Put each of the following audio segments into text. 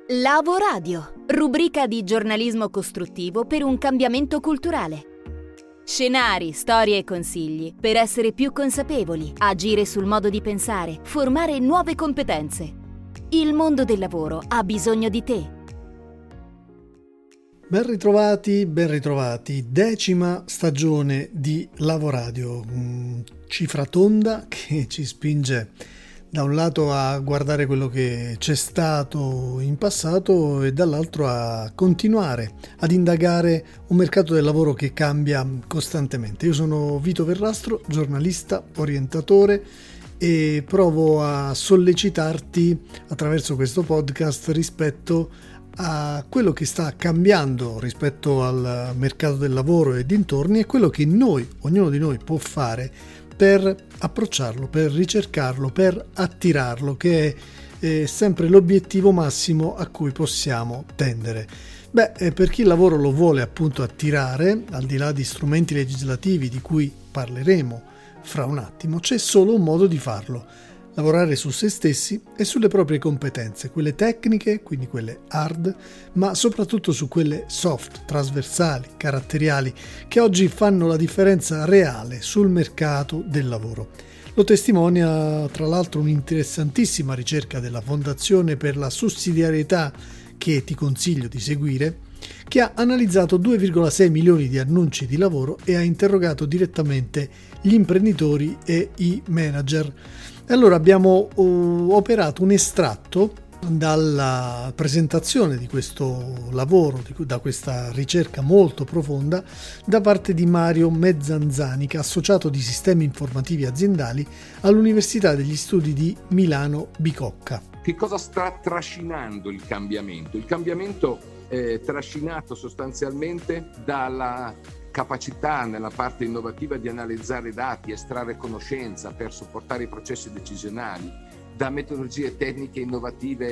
Lavoradio, rubrica di giornalismo costruttivo per un cambiamento culturale. Scenari, storie e consigli per essere più consapevoli, agire sul modo di pensare, formare nuove competenze. Il mondo del lavoro ha bisogno di te. Ben ritrovati, 10ª stagione di Lavoradio, cifra tonda che ci spinge da un lato a guardare quello che c'è stato in passato e dall'altro a continuare ad indagare un mercato del lavoro che cambia costantemente. Io sono Vito Verrastro, giornalista, orientatore, e provo a sollecitarti attraverso questo podcast rispetto a quello che sta cambiando rispetto al mercato del lavoro e dintorni, e quello che ognuno di noi può fare per approcciarlo, per ricercarlo, per attirarlo, che è sempre l'obiettivo massimo a cui possiamo tendere. Per chi il lavoro lo vuole appunto attirare, al di là di strumenti legislativi di cui parleremo fra un attimo, c'è solo un modo di farlo: lavorare su se stessi e sulle proprie competenze, quelle tecniche, quindi quelle hard, ma soprattutto su quelle soft, trasversali, caratteriali, che oggi fanno la differenza reale sul mercato del lavoro. Lo testimonia tra l'altro un'interessantissima ricerca della Fondazione per la Sussidiarietà, che ti consiglio di seguire, che ha analizzato 2,6 milioni di annunci di lavoro e ha interrogato direttamente gli imprenditori e i manager. E allora abbiamo operato un estratto dalla presentazione di questo lavoro, da questa ricerca molto profonda, da parte di Mario Mezzanzanica, associato di sistemi informativi aziendali all'Università degli Studi di Milano Bicocca. Che cosa sta trascinando il cambiamento? Il cambiamento è trascinato sostanzialmente dalla capacità nella parte innovativa di analizzare dati, estrarre conoscenza per supportare i processi decisionali, da metodologie tecniche innovative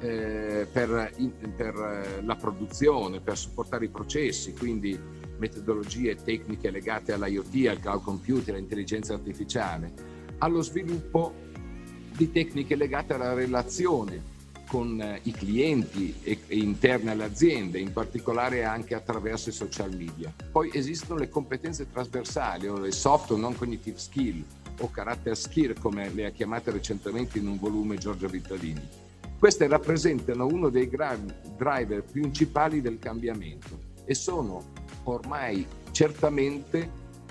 per la produzione, per supportare i processi, quindi metodologie tecniche legate all'IoT, al cloud computing, all'intelligenza artificiale, allo sviluppo di tecniche legate alla relazione con i clienti e interne alle aziende, in particolare anche attraverso i social media. Poi esistono le competenze trasversali, o le soft o non cognitive skill, o character skill, come le ha chiamate recentemente in un volume Giorgio Vittalini. Queste rappresentano uno dei driver principali del cambiamento e sono ormai certamente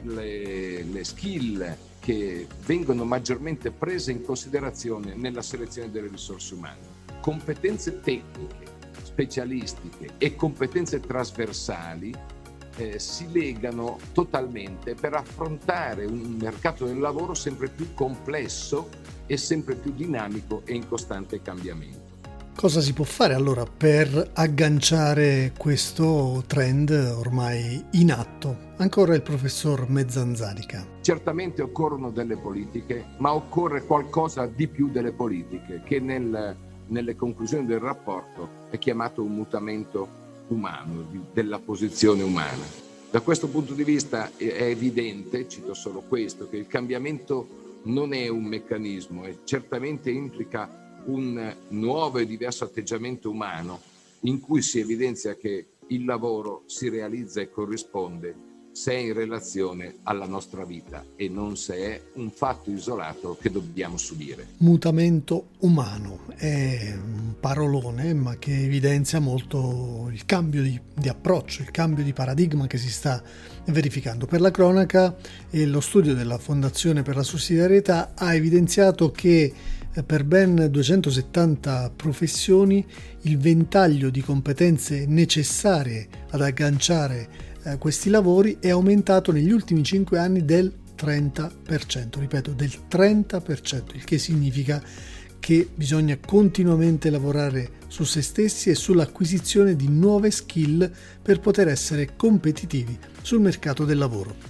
le skill che vengono maggiormente prese in considerazione nella selezione delle risorse umane. Competenze tecniche, specialistiche e competenze trasversali si legano totalmente per affrontare un mercato del lavoro sempre più complesso e sempre più dinamico e in costante cambiamento. Cosa si può fare allora per agganciare questo trend ormai in atto? Ancora il professor Mezzanzanica. Certamente occorrono delle politiche, ma occorre qualcosa di più delle politiche, che nelle conclusioni del rapporto è chiamato un mutamento umano, della posizione umana. Da questo punto di vista è evidente, cito solo questo, che il cambiamento non è un meccanismo e certamente implica un nuovo e diverso atteggiamento umano in cui si evidenzia che il lavoro si realizza e corrisponde se è in relazione alla nostra vita e non se è un fatto isolato che dobbiamo subire. Mutamento umano è un parolone, ma che evidenzia molto il cambio di approccio, il cambio di paradigma che si sta verificando. Per la cronaca, lo studio della Fondazione per la Sussidiarietà ha evidenziato che per ben 270 professioni il ventaglio di competenze necessarie ad agganciare questi lavori è aumentato negli ultimi 5 anni del 30%, ripeto, del 30%, il che significa che bisogna continuamente lavorare su se stessi e sull'acquisizione di nuove skill per poter essere competitivi sul mercato del lavoro.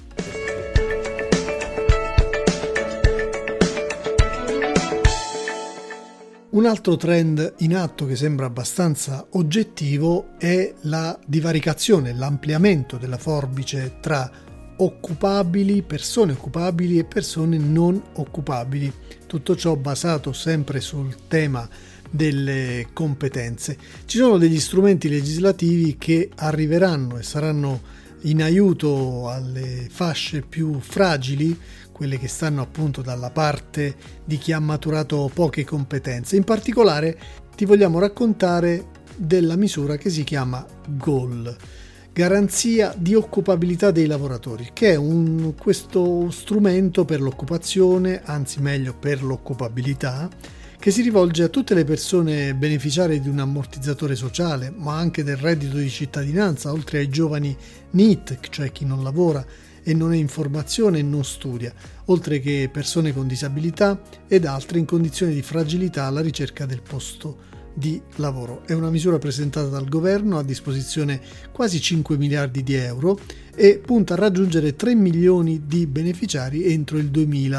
Un altro trend in atto che sembra abbastanza oggettivo è la divaricazione, l'ampliamento della forbice tra persone occupabili e persone non occupabili. Tutto ciò basato sempre sul tema delle competenze. Ci sono degli strumenti legislativi che arriveranno e saranno in aiuto alle fasce più fragili, quelle che stanno appunto dalla parte di chi ha maturato poche competenze. In particolare ti vogliamo raccontare della misura che si chiama GOL, Garanzia di occupabilità dei lavoratori, che è questo strumento per l'occupazione, anzi meglio per l'occupabilità, che si rivolge a tutte le persone beneficiarie di un ammortizzatore sociale, ma anche del reddito di cittadinanza, oltre ai giovani NEET, cioè chi non lavora e non è in formazione e non studia, oltre che persone con disabilità ed altre in condizioni di fragilità alla ricerca del posto di lavoro. È una misura presentata dal governo, a disposizione quasi 5 miliardi di euro e punta a raggiungere 3 milioni di beneficiari entro il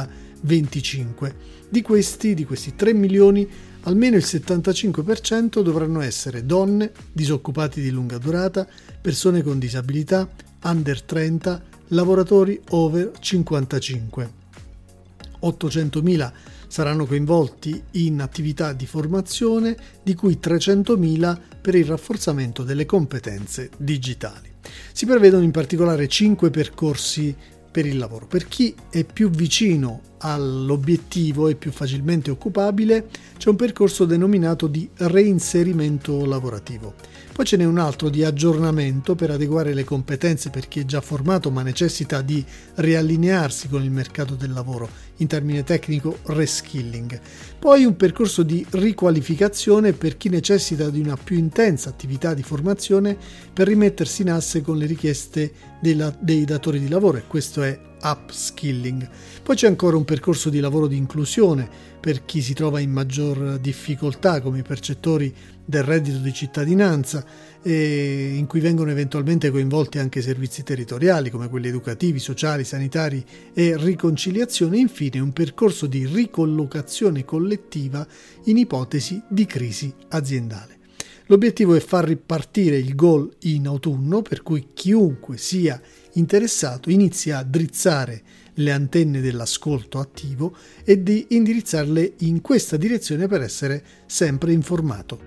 2025. Di questi 3 milioni, almeno il 75% dovranno essere donne, disoccupati di lunga durata, persone con disabilità, under 30, lavoratori over 55. 800.000 saranno coinvolti in attività di formazione, di cui 300.000 per il rafforzamento delle competenze digitali. Si prevedono in particolare 5 percorsi per il lavoro. Per chi è più vicino all'obiettivo e più facilmente occupabile, c'è un percorso denominato di reinserimento lavorativo. Poi ce n'è un altro di aggiornamento per adeguare le competenze per chi è già formato ma necessita di riallinearsi con il mercato del lavoro, in termine tecnico reskilling. Poi un percorso di riqualificazione per chi necessita di una più intensa attività di formazione per rimettersi in asse con le richieste dei datori di lavoro, e questo è upskilling. Poi c'è ancora un percorso di lavoro di inclusione per chi si trova in maggior difficoltà, come i percettori del reddito di cittadinanza, in cui vengono eventualmente coinvolti anche servizi territoriali come quelli educativi, sociali, sanitari e riconciliazione. Infine un percorso di ricollocazione collettiva in ipotesi di crisi aziendale. L'obiettivo è far ripartire il GOL in autunno, per cui chiunque sia interessato inizia a drizzare le antenne dell'ascolto attivo e di indirizzarle in questa direzione per essere sempre informato.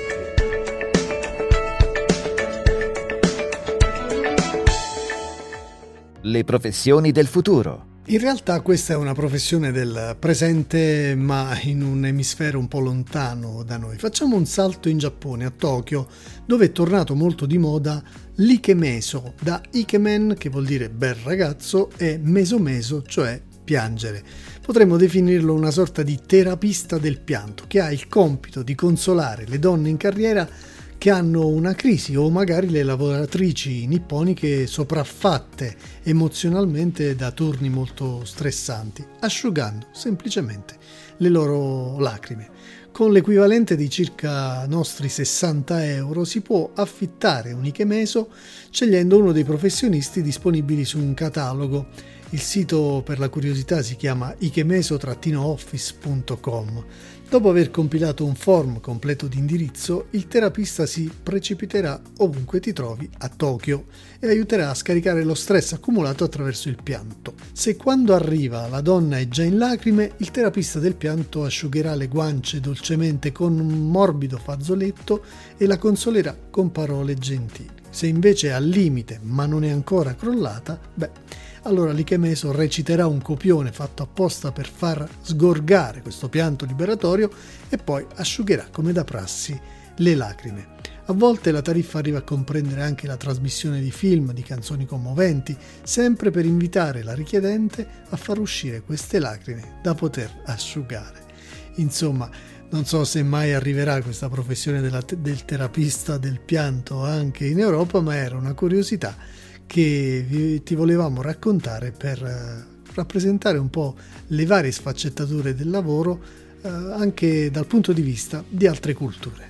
Le professioni del futuro. In realtà questa è una professione del presente, ma in un emisfero un po' lontano da noi. Facciamo un salto in Giappone, a Tokyo, dove è tornato molto di moda l'ikemeso, da ikemen, che vuol dire bel ragazzo, e meso, cioè piangere. Potremmo definirlo una sorta di terapista del pianto, che ha il compito di consolare le donne in carriera che hanno una crisi, o magari le lavoratrici nipponiche sopraffatte emozionalmente da turni molto stressanti, asciugando semplicemente le loro lacrime. Con l'equivalente di circa nostri 60 euro si può affittare un ikemeso scegliendo uno dei professionisti disponibili su un catalogo. Il sito, per la curiosità, si chiama ikemeso-office.com. Dopo aver compilato un form completo di indirizzo, il terapista si precipiterà ovunque ti trovi a Tokyo e aiuterà a scaricare lo stress accumulato attraverso il pianto. Se quando arriva la donna è già in lacrime, il terapista del pianto asciugherà le guance dolcemente con un morbido fazzoletto e la consolerà con parole gentili. Se invece è al limite ma non è ancora crollata, allora l'ikemeso reciterà un copione fatto apposta per far sgorgare questo pianto liberatorio e poi asciugherà come da prassi le lacrime. A volte la tariffa arriva a comprendere anche la trasmissione di film, di canzoni commoventi, sempre per invitare la richiedente a far uscire queste lacrime da poter asciugare. Insomma, non so se mai arriverà questa professione del terapista del pianto anche in Europa, ma era una curiosità che ti volevamo raccontare per rappresentare un po' le varie sfaccettature del lavoro anche dal punto di vista di altre culture.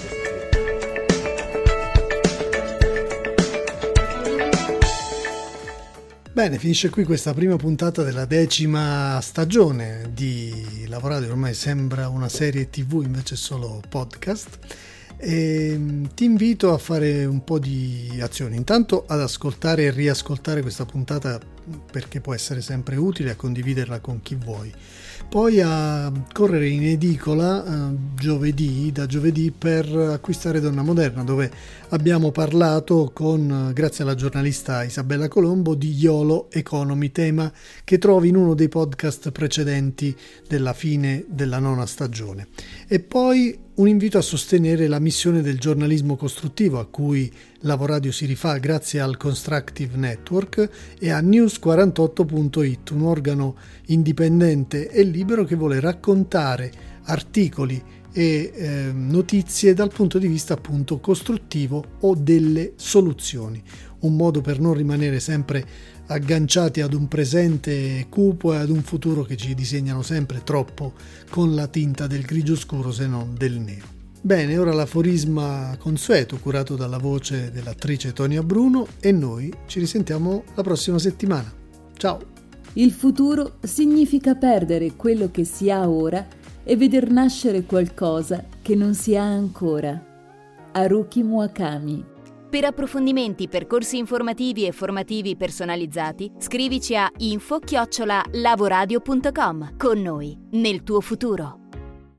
Bene, finisce qui questa prima puntata della 10ª stagione di Lavoradio. Ormai sembra una serie TV, invece è solo podcast. E ti invito a fare un po' di azioni. Intanto ad ascoltare e riascoltare questa puntata perché può essere sempre utile, a condividerla con chi vuoi. Poi a correre in edicola da giovedì per acquistare Donna Moderna, dove abbiamo parlato grazie alla giornalista Isabella Colombo, di YOLO Economy, tema che trovi in uno dei podcast precedenti della fine della 9ª stagione. E poi un invito a sostenere la missione del giornalismo costruttivo, a cui Lavoradio si rifà grazie al Constructive Network e a News48.it, un organo indipendente e libero che vuole raccontare articoli e notizie dal punto di vista appunto costruttivo o delle soluzioni, un modo per non rimanere sempre agganciati ad un presente cupo e ad un futuro che ci disegnano sempre troppo con la tinta del grigio scuro, se non del nero. Bene, ora l'aforisma consueto curato dalla voce dell'attrice Tonia Bruno, e noi ci risentiamo la prossima settimana. Ciao! Il futuro significa perdere quello che si ha ora e veder nascere qualcosa che non si ha ancora. Haruki Murakami. Per approfondimenti, percorsi informativi e formativi personalizzati, scrivici a info@lavoradio.com. Con noi, nel tuo futuro.